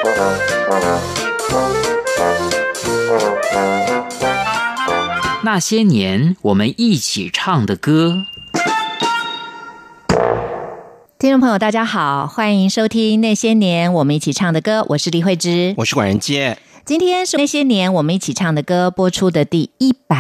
那些年我们一起唱的歌。 听众朋友大家好，欢迎收听那些年我们一起唱的歌，我是李慧芝， 我是管仁杰。 今天是那些年我们一起唱的歌播出的第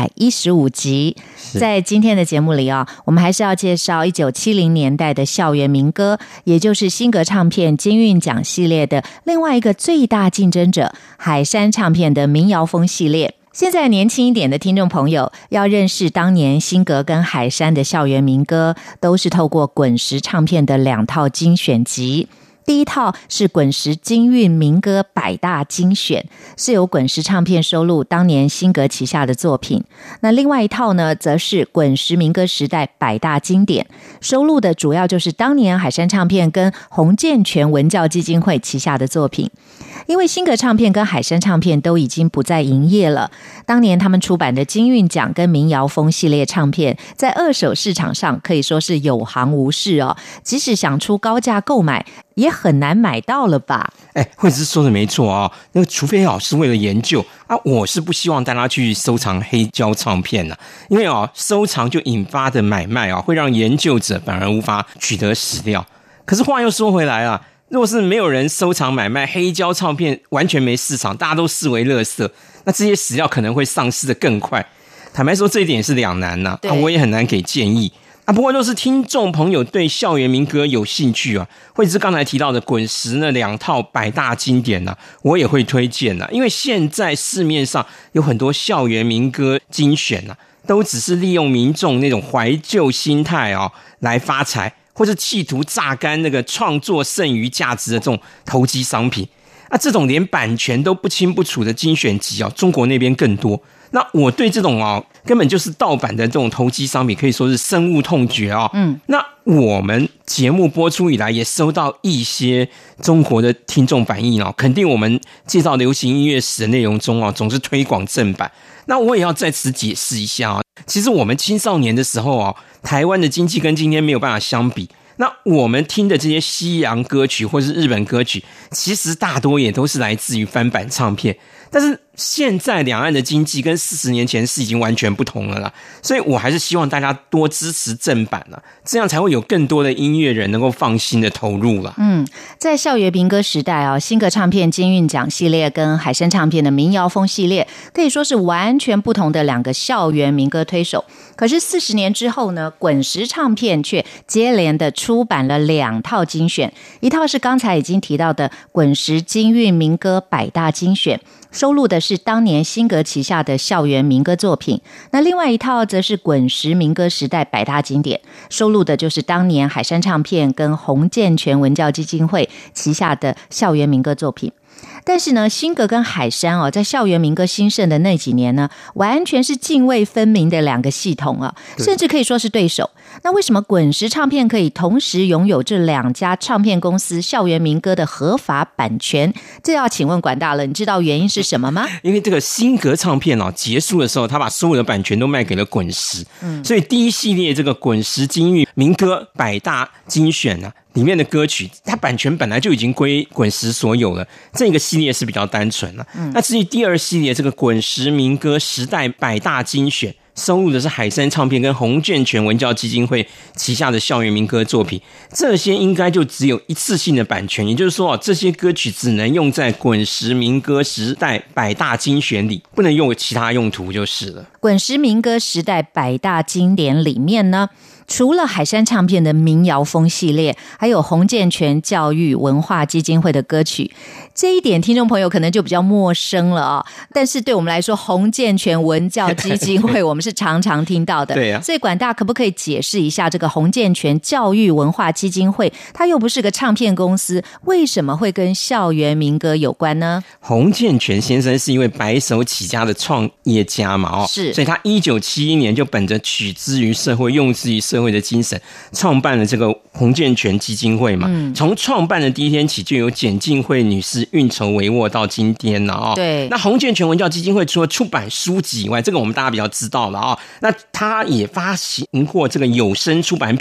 115集。在今天的节目里我们还是要介绍1970年代的校园民歌，也就是新格唱片金韵奖系列的另外一个最大竞争者海山唱片的民谣风系列。现在年轻一点的听众朋友要认识当年新格跟海山的校园民歌，都是透过滚石唱片的2套精选集。第一套是滚石金韵民歌百大精选，是由滚石唱片收录当年新格旗下的作品。那另外一套呢，则是滚石民歌时代百大经典，收录的主要就是当年海山唱片跟洪建全文教基金会旗下的作品。因为新格唱片跟海山唱片都已经不再营业了，当年他们出版的金韵奖跟民谣风系列唱片在二手市场上可以说是有行无市即使想出高价购买也很难买到了吧。 慧芝说的没错那个除非是为了研究我是不希望大家去收藏黑胶唱片因为收藏就引发的买卖会让研究者反而无法取得史料。可是话又说回来如果是没有人收藏买卖黑胶唱片，完全没市场，大家都视为垃圾，那这些史料可能会丧失的更快。坦白说这一点也是两难我也很难给建议不过就是听众朋友对校园民歌有兴趣或者是刚才提到的滚石那2套百大经典我也会推荐因为现在市面上有很多校园民歌精选都只是利用民众那种怀旧心态来发财，或是企图榨干那个创作剩余价值的这种投机商品这种连版权都不清不楚的精选集中国那边更多。那我对这种根本就是盗版的这种投机商品可以说是深恶痛绝那我们节目播出以来也收到一些中国的听众反映肯定我们介绍流行音乐史的内容中总是推广正版。那我也要在此解释一下其实我们青少年的时候台湾的经济跟今天没有办法相比。那我们听的这些西洋歌曲或是日本歌曲，其实大多也都是来自于翻版唱片。但是现在两岸的经济跟40年前是已经完全不同了啦，所以我还是希望大家多支持正版啦，这样才会有更多的音乐人能够放心的投入啦。 在校园民歌时代新格唱片金韵奖系列跟海山唱片的民谣风系列可以说是完全不同的2个校园民歌推手。可是40年之后呢，滚石唱片却接连的出版了2套精选，一套是刚才已经提到的滚石金韵民歌百大精选，收录的是当年新格旗下的校园民歌作品。那另外一套则是滚石民歌时代百大经典，收录的就是当年海山唱片跟洪建全文教基金会旗下的校园民歌作品。但是呢，新格跟海山在校园民歌兴盛的那几年呢，完全是泾渭分明的2个系统甚至可以说是对手。那为什么滚石唱片可以同时拥有这2家唱片公司校园民歌的合法版权？这要请问管大了，你知道原因是什么吗？ 因为这个新格唱片结束的时候，他把所有的版权都卖给了滚石，所以第一系列这个滚石金韵民歌百大精选里面的歌曲，它版权本来就已经归滚石所有了，这个系列是比较单纯了。那至于第2系列这个滚石民歌时代百大精选，收录的是海山唱片跟洪建全文教基金会旗下的校园民歌作品，这些应该就只有一次性的版权，也就是说这些歌曲只能用在滚石民歌时代百大精选里，不能用其他用途就是了。 滚石民歌时代百大经典里面呢，除了海山唱片的民谣风系列，还有洪建全教育文化基金会的歌曲，这一点听众朋友可能就比较陌生了但是对我们来说，洪建全文教基金会我们是常常听到的。 对所以管大可不可以解释一下这个洪建全教育文化基金会，它又不是个唱片公司，为什么会跟校园民歌有关呢？ 洪建全先生是一位白手起家的创业家嘛是， 所以他1971年就本着取之于社会用之于社会的精神，创办了这个洪建全基金会嘛。从创办的第一天起，就有简静慧女士运筹帷幄到今天了对， 那洪建全文教基金会除了出版书籍以外，这个我们大家比较知道了那他也发行过这个有声出版品，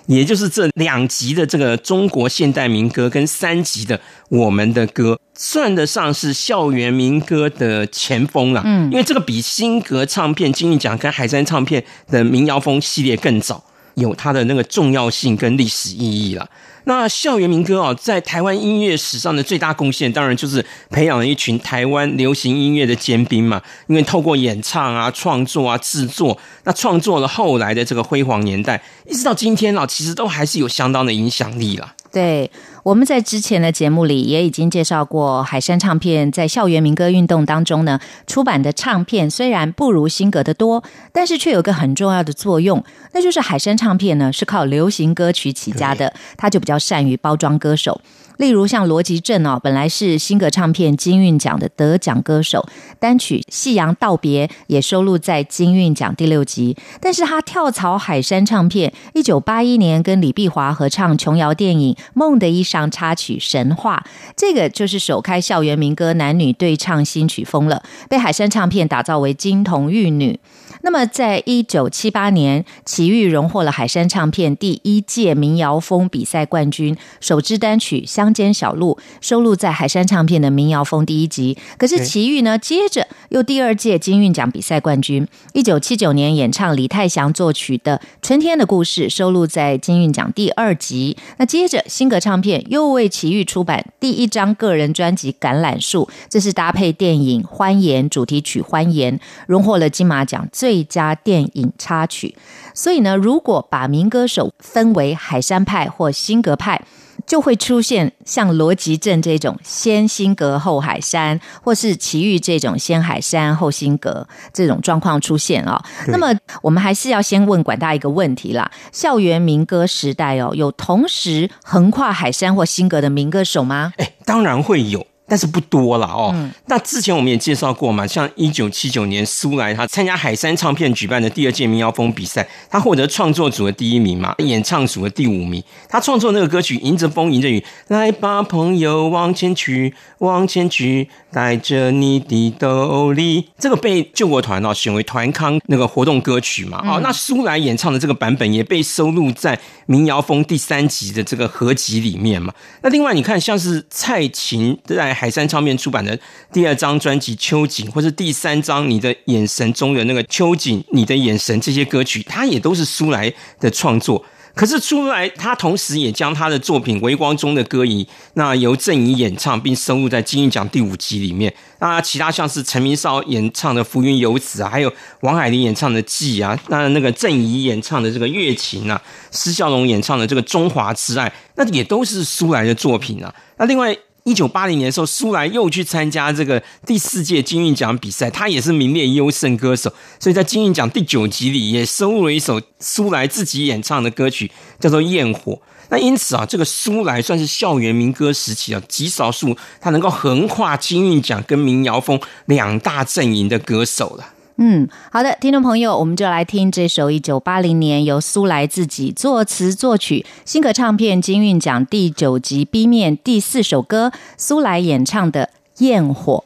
也就是这2集的这个中国现代民歌跟3集的我们的歌，算得上是校园民歌的前锋啦。因为这个比新格唱片金韵奖跟海山唱片的民谣风系列更早，有它的那个重要性跟历史意义啦。那校园民歌在台湾音乐史上的最大贡献，当然就是培养了一群台湾流行音乐的尖兵嘛。因为透过演唱啊、创作啊、制作，那创作了后来的这个辉煌年代，一直到今天其实都还是有相当的影响力啦。 对，我们在之前的节目里也已经介绍过，海山唱片在校园民歌运动当中呢，出版的唱片虽然不如新格的多，但是却有个很重要的作用，那就是海山唱片呢是靠流行歌曲起家的，它就比较善于包装歌手。例如像罗吉正本来是新格唱片金韵奖的得奖歌手，单曲《夕阳道别》也收录在金韵奖第6集，但是他跳槽海山唱片，1981年跟李碧华合唱琼瑶电影《梦的衣裳》插曲《神话》，这个就是首开校园民歌男女对唱新曲风了，被海山唱片打造为金童玉女。那么在1978年，齐豫荣获了海山唱片第1届民谣风比赛冠军，首支单曲《乡间小路》收录在海山唱片的民谣风第1集。可是齐豫呢，接着又第2届金韵奖比赛冠军。1979年演唱李泰祥作曲的《春天的故事》收录在金韵奖第2集。那接着新格唱片又为齐豫出版第1张个人专辑《橄榄树》，这是搭配电影《欢颜》主题曲《欢颜》，荣获了金马奖最佳电影插曲。所以呢，如果把民歌手分为海山派或新格派，就会出现像罗吉正这种先新格后海山，或是齐豫这种先海山后新格这种状况出现那么我们还是要先问管大一个问题啦，校园民歌时代有同时横跨海山或新格的民歌手吗？ 当然会有，但是不多啦那之前我们也介绍过嘛，像1979年苏来他参加海山唱片举办的第2届民谣风比赛，他获得创作组的第1名嘛，演唱组的第5名。他创作那个歌曲《迎着风迎着雨》，来吧朋友往前去往前去，带着你的斗笠，这个被救国团选为团康那个活动歌曲嘛那苏来演唱的这个版本也被收录在民谣风第3集的这个合集里面嘛。那另外你看，像是蔡琴在海山唱片出版的第2张专辑《秋景》，或是第3张《你的眼神》中的那个《秋景》《你的眼神》，这些歌曲它也都是苏来的创作。可是苏来他同时也将他的作品《微光中的歌仪》那由郑怡演唱，并收录在金韵奖第5集里面。那其他像是陈明绍演唱的《浮云游子》还有王海玲演唱的《记》那个郑怡演唱的这个《月情》施孝荣演唱的这个《中华之爱》，那也都是苏来的作品那另外1980年的时候，苏来又去参加这个第4届金韵奖比赛，他也是名列优胜歌手，所以在金韵奖第9集里也收录了一首苏来自己演唱的歌曲，叫做《焰火》。那因此这个苏来算是校园民歌时期极少数他能够横跨金韵奖跟民谣风2大阵营的歌手了。 好的，听众朋友，我们就来听这首1980年由苏来自己作词作曲，新格唱片金韵奖第9集 B 面第4首歌，苏来演唱的《焰火》。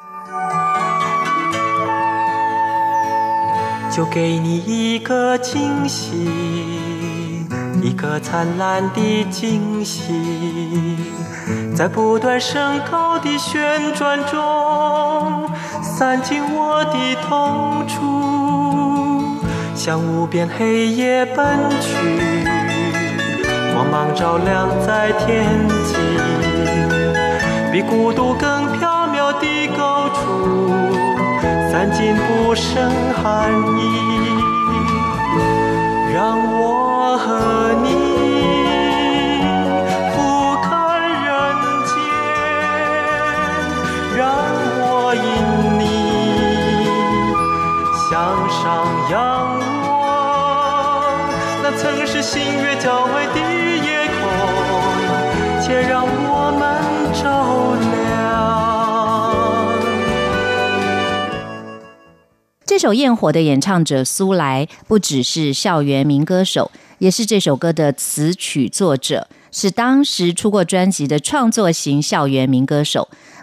就给你一个惊喜，一个灿烂的惊喜，在不断升高的旋转中散尽我的痛楚，向无边黑夜奔去，光芒照亮在天际，比孤独更缥缈的高处，散尽不胜寒意，让我和你俯瞰人间，让我引你向上仰望，那曾是星月交汇的夜空，且让我们照亮。 这首《焰火》的演唱者苏来不只是校园民歌手，也是这首歌的词曲作者，是当时出过专辑的创作型校园民歌手。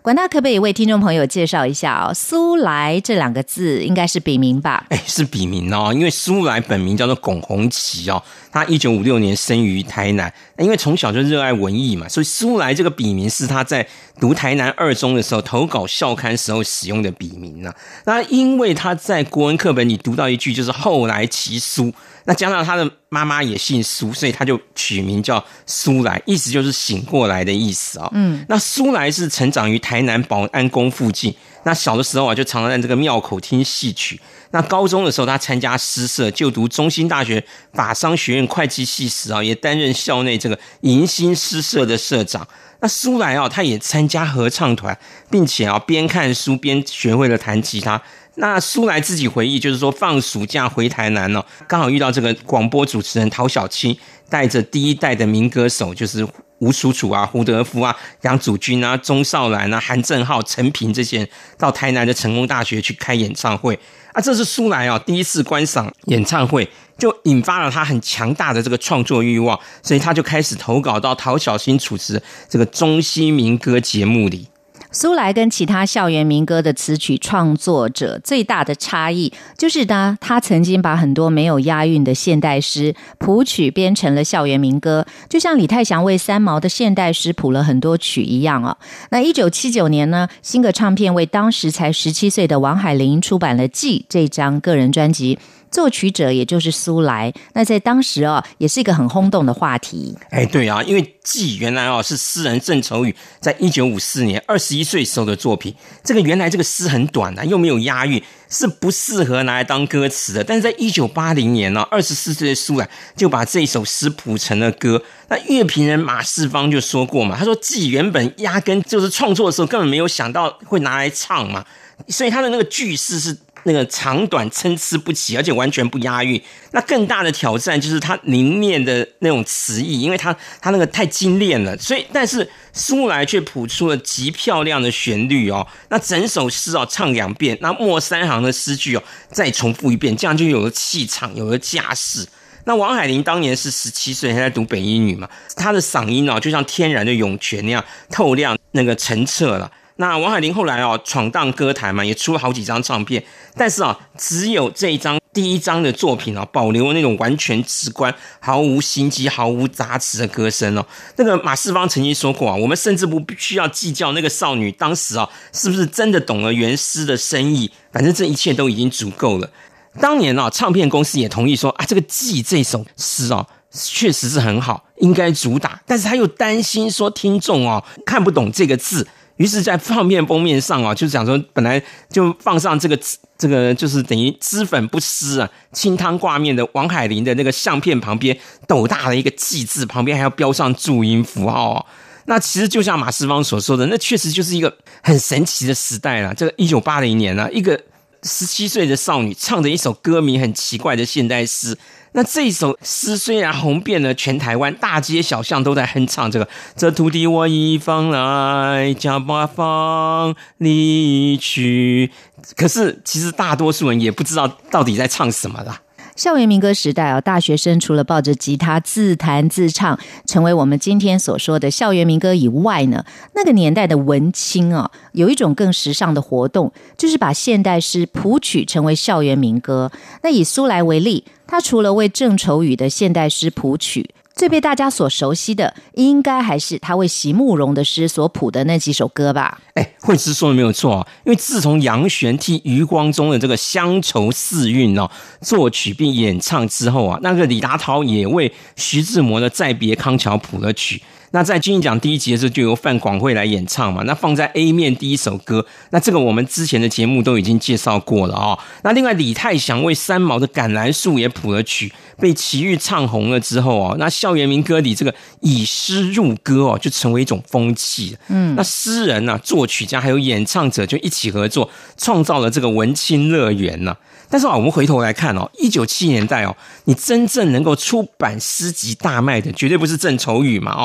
管大可不可以为听众朋友介绍一下苏来这2个字应该是笔名吧？ 是笔名哦，因为苏来本名叫做龚鸿奇哦，他1956年生于台南，因为从小就热爱文艺嘛，所以苏来这个笔名是他在读台南二中的时候投稿校刊时候使用的笔名啊。那因为他在国文课本里读到一句就是后来其苏，那加上他的妈妈也姓苏，所以他就取名叫苏来，意思就是醒过来的意思哦。那苏来是成长于台南保安宫附近，那小的时候就常常在这个庙口听戏曲。那高中的时候他参加诗社，就读中兴大学法商学院会计系时也担任校内这个迎新诗社的社长。那苏来他也参加合唱团，并且边看书边学会了弹吉他。那苏来自己回忆，就是说放暑假回台南刚好遇到这个广播主持人陶小青带着第一代的民歌手，就是吴楚楚胡德夫杨祖君钟少兰韩正浩、陈平这些人到台南的成功大学去开演唱会这是苏来第一次观赏演唱会，就引发了他很强大的这个创作欲望，所以他就开始投稿到陶小青主持这个中西民歌节目里。 苏来跟其他校园民歌的词曲创作者最大的差异就是呢，他曾经把很多没有押韵的现代诗谱曲编成了校园民歌，就像李泰祥为三毛的现代诗谱了很多曲一样那1979年呢，新格唱片为当时才17岁的王海玲出版了《记》这张个人专辑，作曲者也就是苏来，那在当时也是一个很轰动的话题。 对因为《记》原来是诗人郑愁予在1954年21岁时候的作品，原来这个诗很短又没有押韵，是不适合拿来当歌词的。但是在1980年24岁的苏来就把这首诗谱成了歌。那乐评人马世芳就说过嘛，他说《记》原本压根就是创作的时候根本没有想到会拿来唱嘛，所以他的那个句式是那个长短参差不齐，而且完全不押韵。那更大的挑战就是他凝练的那种词意，因为他那个太精炼了，所以但是苏来却谱出了极漂亮的旋律那整首诗唱2遍，那末3行的诗句再重复1遍，这样就有了气场，有了架势。那王海玲当年是17岁，还在读北一女嘛，她的嗓音就像天然的涌泉那样透亮那个澄澈了。那王海玲后来闯荡歌坛嘛，也出了好几张唱片，但是只有这一张第一张的作品保留了那种完全直观、毫无心机、毫无杂质的歌声那个马世芳曾经说过我们甚至不需要计较那个少女当时是不是真的懂了原诗的深意，反正这一切都已经足够了。当年唱片公司也同意说这个《记》这首诗确实是很好，应该主打，但是他又担心说听众看不懂这个字。于是在唱片封面上就讲说本来就放上这个就是等于脂粉不湿清汤挂面的王海玲的那个相片旁边斗大的一个记字，旁边还要标上注音符号那其实就像马世芳所说的，那确实就是一个很神奇的时代了。这个1980年一个17岁的少女唱着一首歌名很奇怪的现代诗，那这首诗虽然红遍了全台湾，大街小巷都在哼唱这土地我一方来，家八方离去，可是其实大多数人也不知道到底在唱什么啦。 校园民歌时代大学生除了抱着吉他自弹自唱成为我们今天所说的校园民歌以外呢，那个年代的文青有一种更时尚的活动，就是把现代诗谱曲成为校园民歌。那以苏来为例，他除了为郑愁予的现代诗谱曲，最被大家所熟悉的应该还是他为席慕容的诗所谱的那几首歌吧。 惠芝说的没有错因为自从杨玄替余光中的这个乡愁四韵作曲并演唱之后那个李达涛也为徐志摩的再别康桥谱了曲。那在金鹰奖第一集的时候就由范广惠来演唱嘛，那放在 A 面第一首歌，那这个我们之前的节目都已经介绍过了那另外李泰祥为三毛的橄榄树也谱了曲，被齐豫唱红了之后那校园民歌里这个以诗入歌就成为一种风气。那诗人作曲家还有演唱者就一起合作，创造了这个文青乐园但是我们回头来看1970年代你真正能够出版诗集大卖的绝对不是郑愁予嘛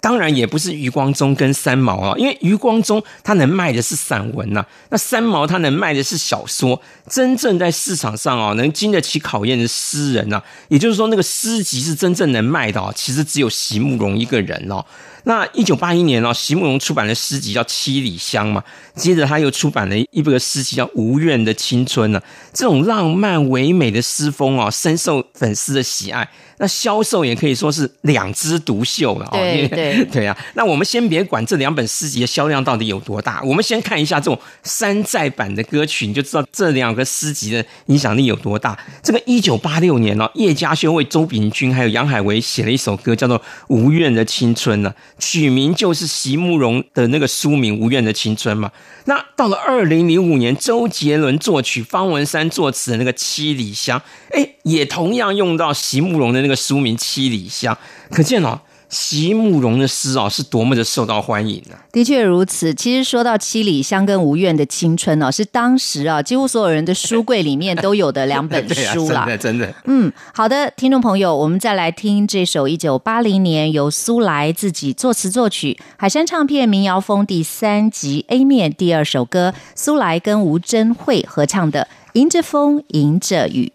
当然也不是余光中跟三毛啊，因为余光中他能卖的是散文啊，那三毛他能卖的是小说。真正在市场上啊，能经得起考验的诗人啊，也就是说那个诗集是真正能卖的其实只有席慕容一个人哦。那1981年席慕容出版了诗集叫《七里香》嘛，接着他又出版了一部诗集叫《无怨的青春》呢。这种浪漫唯美的诗风深受粉丝的喜爱，那销售也可以说是两枝独秀了。对啊。那我们先别管这两本诗集的销量到底有多大，我们先看一下这种山寨版的歌曲，你就知道这两个诗集的影响力有多大。这个1986年叶家修为周秉钧还有杨海为写了一首歌叫做《无怨的青春》呢，取名就是席慕容的那个书名《无怨的青春》嘛。那到了2005年，周杰伦作曲，方文山作词的那个《七里香》，也同样用到席慕容的那个书名《七里香》，可见席慕容的诗是多么的受到欢迎啊！ 的确如此。其实说到七里香跟无怨的青春是当时几乎所有人的书柜里面都有的两本书啦。 真的。 好的，听众朋友，我们再来听这首1980年由苏来自己作词作曲，海山唱片民谣风第3集 A 面第2首歌，苏来跟吴珍慧合唱的《迎着风，迎着雨》。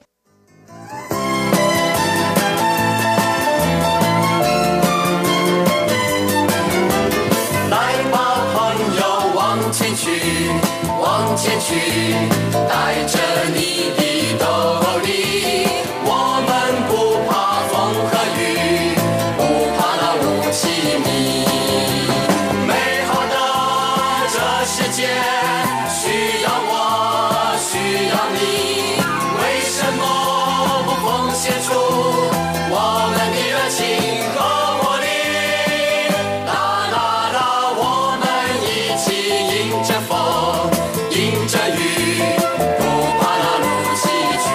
往前去，带着你的斗笠，我们不怕风和雨，不怕那雾气迷。美好的这世界需要我，需要你，为什么不奉献出我们的热情和活力？啦啦啦，我们一起迎着风，迎着雨，不怕那路崎岖。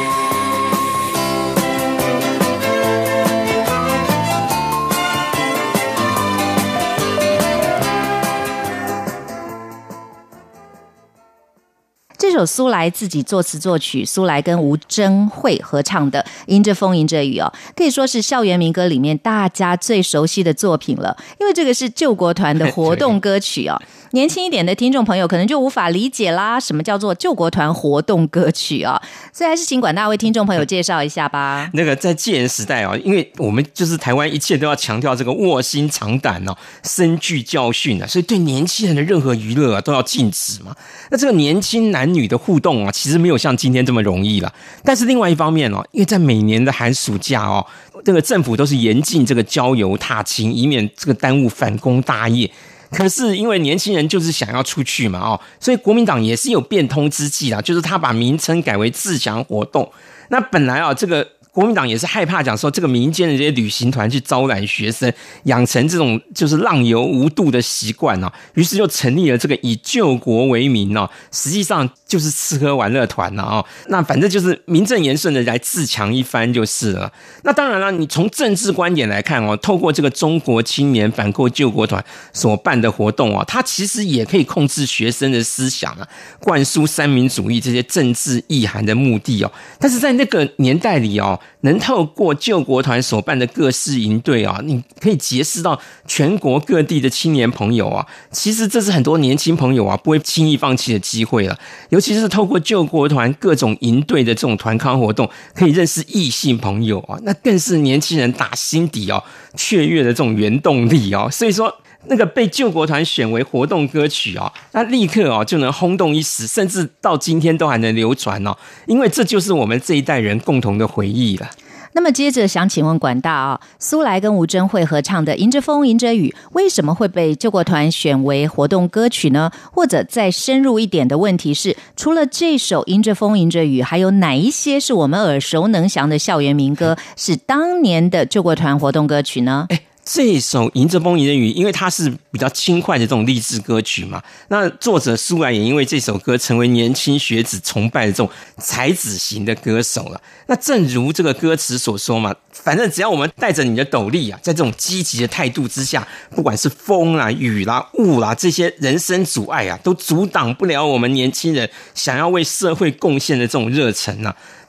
这首苏来自己作词作曲，苏来跟吴珍慧合唱的《迎着风迎着雨》可以说是校园民歌里面大家最熟悉的作品了，因为这个是救国团的活动歌曲年轻一点的听众朋友可能就无法理解啦，什么叫做救国团活动歌曲所以还是请管大为听众朋友介绍一下吧。 那个在戒严时代因为我们就是台湾一切都要强调这个卧薪尝胆深具教训所以对年轻人的任何娱乐都要禁止嘛。那这个年轻男女的互动其实没有像今天这么容易了。但是另外一方面因为在每年的寒暑假这个政府都是严禁这个郊游踏青，以免这个耽误反攻大业。可是因为年轻人就是想要出去嘛所以国民党也是有变通之计啦，就是他把名称改为自强活动。那本来这个国民党也是害怕讲说这个民间的这些旅行团去招揽学生，养成这种就是浪游无度的习惯于是就成立了这个以救国为名实际上就是吃喝玩乐团那反正就是名正言顺的来自强一番就是了。那当然了，你从政治观点来看透过这个中国青年反共救国团所办的活动它其实也可以控制学生的思想灌输三民主义这些政治意涵的目的但是在那个年代里能透过救国团所办的各式营队你可以结识到全国各地的青年朋友其实这是很多年轻朋友不会轻易放弃的机会了。尤其是透过救国团各种营队的这种团康活动，可以认识异性朋友那更是年轻人打心底雀跃的这种原动力所以说那个被救国团选为活动歌曲那立刻就能轰动一时，甚至到今天都还能流传因为这就是我们这一代人共同的回忆了。 那么接着想请问管大苏来跟吴珍慧合唱的《迎着风迎着雨》为什么会被救国团选为活动歌曲呢？或者再深入一点的问题是，除了这首《迎着风迎着雨》，还有哪一些是我们耳熟能详的校园民歌是当年的救国团活动歌曲呢？ 这一首《迎着风迎着雨》因为它是比较轻快的这种励志歌曲嘛，那作者苏来也因为这首歌成为年轻学子崇拜的这种才子型的歌手了。那正如这个歌词所说嘛，反正只要我们带着你的斗笠在这种积极的态度之下，不管是风啦、雨啦、雾啦，这些人生阻碍都阻挡不了我们年轻人想要为社会贡献的这种热忱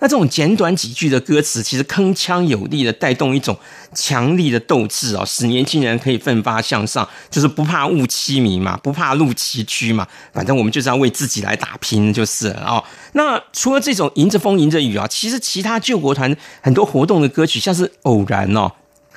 那这种简短几句的歌词，其实铿锵有力的带动一种强力的斗志哦，使年轻人可以奋发向上，就是不怕误欺迷嘛，不怕路崎岖嘛，反正我们就是要为自己来打拼就是了哦。那除了这种迎着风迎着雨啊，其实其他救国团很多活动的歌曲，像是偶然哦，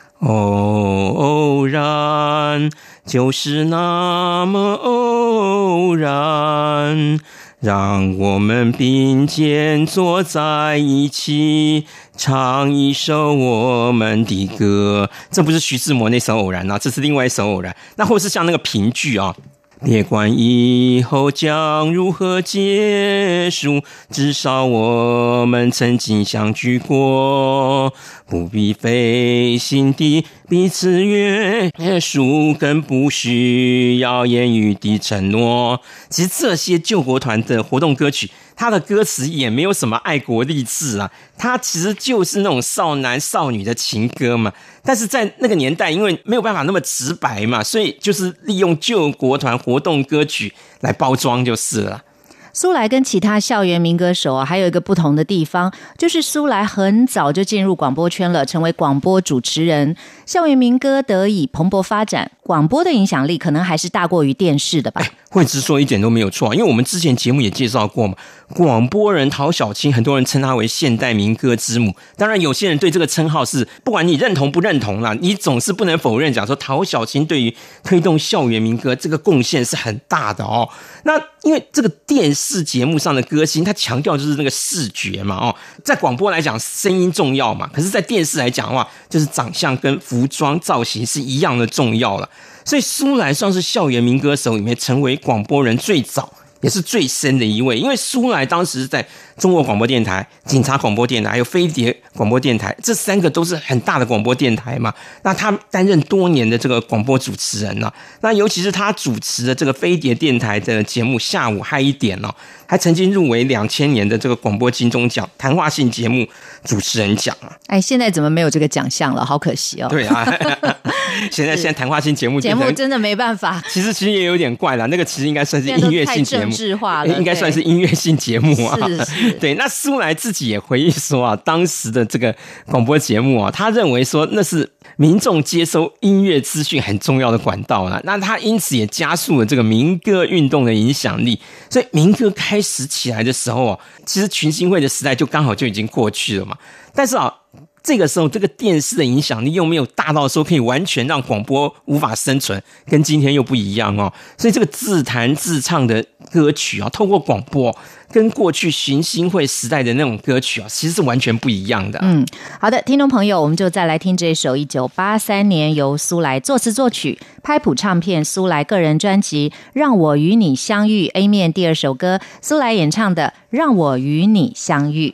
偶然就是那么偶然，让我们并肩坐在一起，唱一首我们的歌。这不是徐志摩那首偶然啊，这是另外一首偶然。那或是像那个评剧啊，别管以后将如何结束，至少我们曾经相聚过，不必费心地彼此约束，更不需要言语的承诺。其实这些救国团的活动歌曲，它的歌词也没有什么爱国励志啊，它其实就是那种少男少女的情歌嘛。但是在那个年代，因为没有办法那么直白嘛，所以就是利用救国团活动歌曲来包装就是了。 苏来跟其他校园民歌手还有一个不同的地方，就是苏来很早就进入广播圈了，成为广播主持人。校园民歌得以蓬勃发展，广播的影响力可能还是大过于电视的吧。 惠芝说一点都没有错，因为我们之前节目也介绍过嘛，广播人陶小青，很多人称她为现代民歌之母。当然有些人对这个称号是不管你认同不认同啦，你总是不能否认讲说陶小青对于推动校园民歌这个贡献是很大的哦。那因为这个电视节目上的歌星，他强调就是那个视觉嘛哦，在广播来讲声音重要嘛，可是在电视来讲的话，就是长相跟服装造型是一样的重要了。所以苏来算是校园民歌手里面成为广播人最早也是最深的一位，因为苏来当时在中国广播电台、警察广播电台还有飞碟广播电台，这三个都是很大的广播电台嘛。那他担任多年的这个广播主持人啊，那尤其是他主持的这个飞碟电台的节目《下午嗨一点》哦，还曾经入围2000年的这个广播金钟奖谈话性节目主持人奖啊。 现在怎么没有这个奖项了？好可惜哦。 对啊，现在谈话性节目真的没办法。 其实也有点怪啦，那个其实应该算是音乐性节目， 太政治化了， 应该算是音乐性节目啊。 是对，那苏来自己也回忆说啊，当时的这个广播节目啊，他认为说那是民众接收音乐资讯很重要的管道啦。那他因此也加速了这个民歌运动的影响力。所以民歌开始起来的时候啊，其实群星会的时代就刚好就已经过去了嘛。但是啊，这个时候这个电视的影响力又没有大到说可以完全让广播无法生存，跟今天又不一样哦。所以这个自弹自唱的歌曲啊，透过广播跟过去群星会时代的那种歌曲啊，其实是完全不一样的。 好的，听众朋友，我们就再来听这首1983年由苏来作词作曲，拍谱唱片苏来个人专辑《让我与你相遇》A 面第二首歌，苏来演唱的《让我与你相遇》。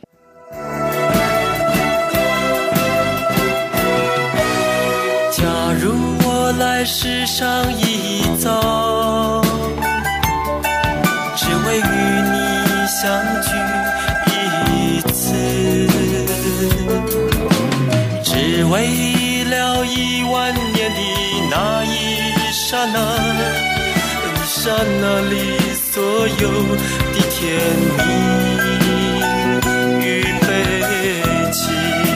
假如我来世上一遭，只为与你相聚一次，只为了10000年的那一刹那，一刹那里所有的甜蜜与悲戚。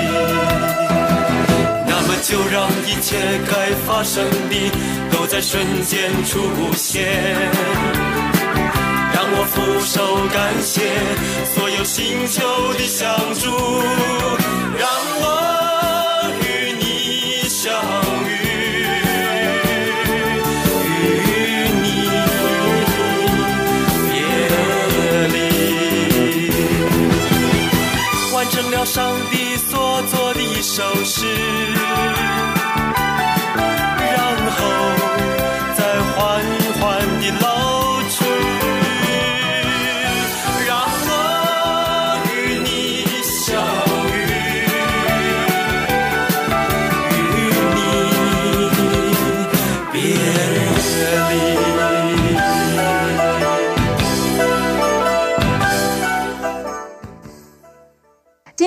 就让一切该发生的都在瞬间出现，让我俯首感谢所有星球的相助，让我与你相遇，与你别离，完成了上帝所做的一首诗， 今天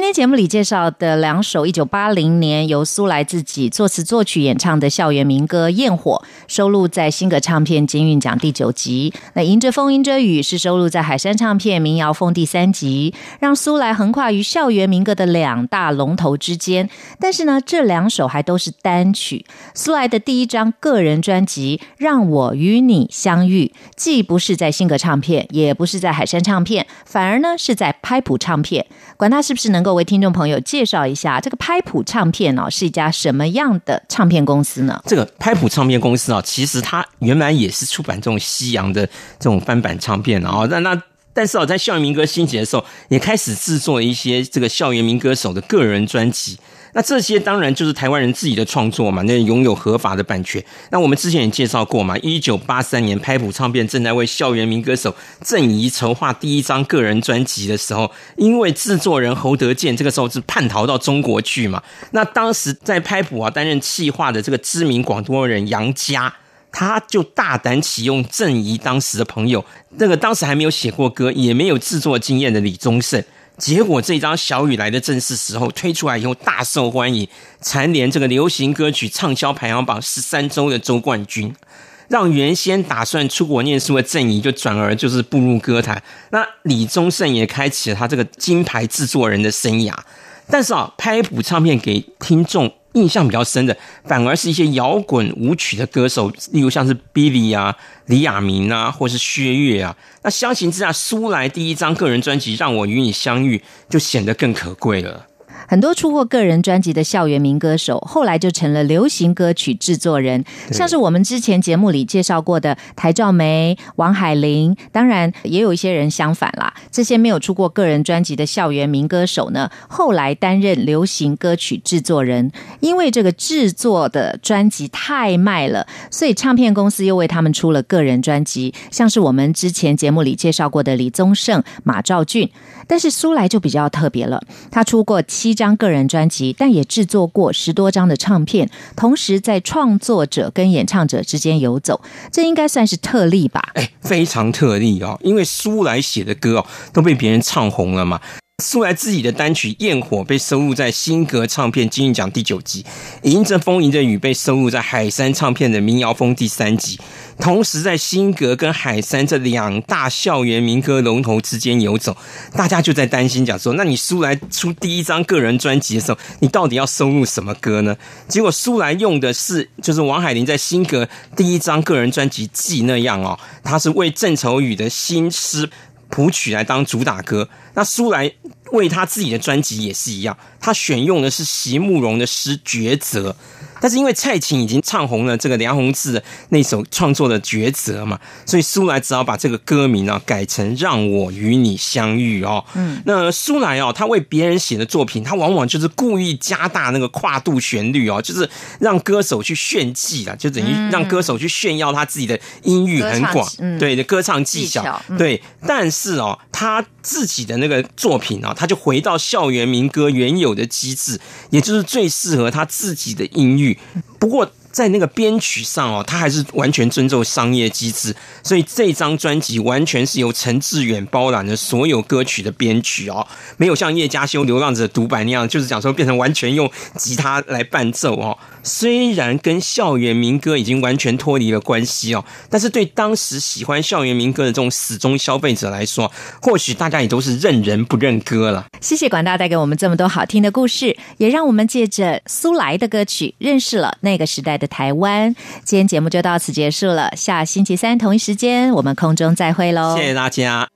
天节目里介绍的2首1980年由苏来自己作词作曲演唱的校园民歌《焰火》，收录在新格唱片金韵奖第9集。那迎着风迎着雨是收录在海山唱片民谣风第3集，让苏来横跨于校园民歌的2大龙头之间。但是呢，这2首还都是单曲。苏来的第1张个人专辑《让我与你相遇》，既不是在新格唱片，也不是在海山唱片，反而呢是在拍谱唱片。管他是不是能够为听众朋友介绍一下这个拍谱唱片是一家什么样的唱片公司呢？ 这个拍谱唱片公司其实它原来也是出版这种西洋的这种翻版唱片但是在校园民歌兴起的时候，也开始制作一些这个校园民歌手的个人专辑。那这些当然就是台湾人自己的创作嘛，那拥有合法的版权。那我们之前也介绍过嘛，1983年拍谱唱片正在为校园民歌手郑怡筹划第1张个人专辑的时候，因为制作人侯德健这个时候是叛逃到中国去嘛，那当时在拍谱担任企划的这个知名广东人杨家，他就大胆启用郑怡当时的朋友，那个当时还没有写过歌也没有制作经验的李宗盛。结果这张小雨来的正是时候推出来以后大受欢迎，蝉联这个流行歌曲畅销排行榜13周的周冠军，让原先打算出国念书的郑怡就转而就是步入歌坛。那李宗盛也开启了他这个金牌制作人的生涯。但是拍谱唱片给听众印象比较深的，反而是一些摇滚舞曲的歌手，例如像是 Billy 李亚明或是薛岳那相形之下，苏来第1张个人专辑《让我与你相遇》就显得更可贵了。 很多出过个人专辑的校园民歌手，后来就成了流行歌曲制作人，像是我们之前节目里介绍过的台照梅、王海玲，当然也有一些人相反啦，这些没有出过个人专辑的校园民歌手呢，后来担任流行歌曲制作人，因为这个制作的专辑太卖了，所以唱片公司又为他们出了个人专辑，像是我们之前节目里介绍过的李宗盛、马兆骏。但是苏来就比较特别了，他出过7张个人专辑，但也制作过10多张的唱片，同时在创作者跟演唱者之间游走，这应该算是特例吧？ 非常特例因为苏来写的歌都被别人唱红了嘛。苏来自己的单曲《焰火》被收录在新格唱片金韵奖第9集，迎着风迎着雨被收录在海山唱片的民谣风第3集。同时在新格跟海山这2大校园民歌龙头之间游走，大家就在担心讲说，那你苏来出第1张个人专辑的时候，你到底要收录什么歌呢？结果苏来用的是就是王海玲在新格第1张个人专辑《记》那样他是为郑愁予的新诗谱曲来当主打歌。那苏来为他自己的专辑也是一样，他选用的是席慕容的诗《抉择》，但是因为蔡琴已经唱红了这个梁鸿志的那首创作的《抉择》嘛，所以苏来只好把这个歌名改成《让我与你相遇》那苏来他为别人写的作品，他往往就是故意加大那个跨度旋律就是让歌手去炫技就等于让歌手去炫耀他自己的音域很广，对的歌唱技巧，对。但是他自己的那个作品他就回到校园民歌原有的机制，也就是最适合他自己的音域。不过在那个编曲上他还是完全遵守商业机制，所以这张专辑完全是由陈志远包揽了所有歌曲的编曲没有像叶嘉修《流浪者》独白那样，就是讲说变成完全用吉他来伴奏虽然跟校园民歌已经完全脱离了关系但是对当时喜欢校园民歌的这种死忠消费者来说，或许大家也都是认人不认歌了。 谢谢管大带给我们这么多好听的故事，也让我们借着苏来的歌曲认识了那个时代的台湾。今天节目就到此结束了，下星期三同一时间我们空中再会咯。 谢谢大家。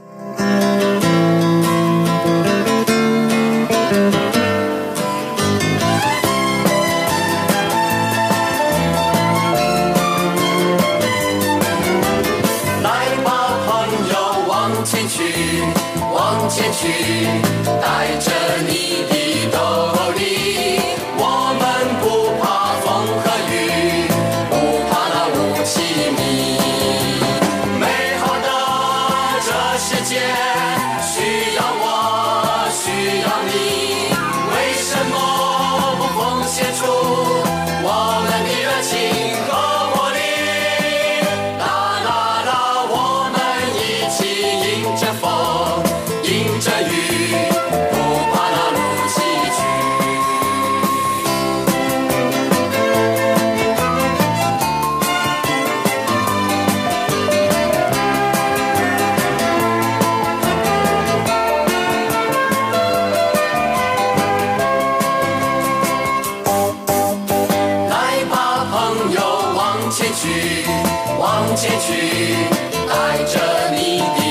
往前去，带着你的斗笠，我们不怕风和雨，不怕那雾气密。美好的这世界需要我，需要你，为什么不奉献出我们的热情和活力？啦啦啦，我们一起迎着风迎着雨，不怕那路。 往前去，带着你的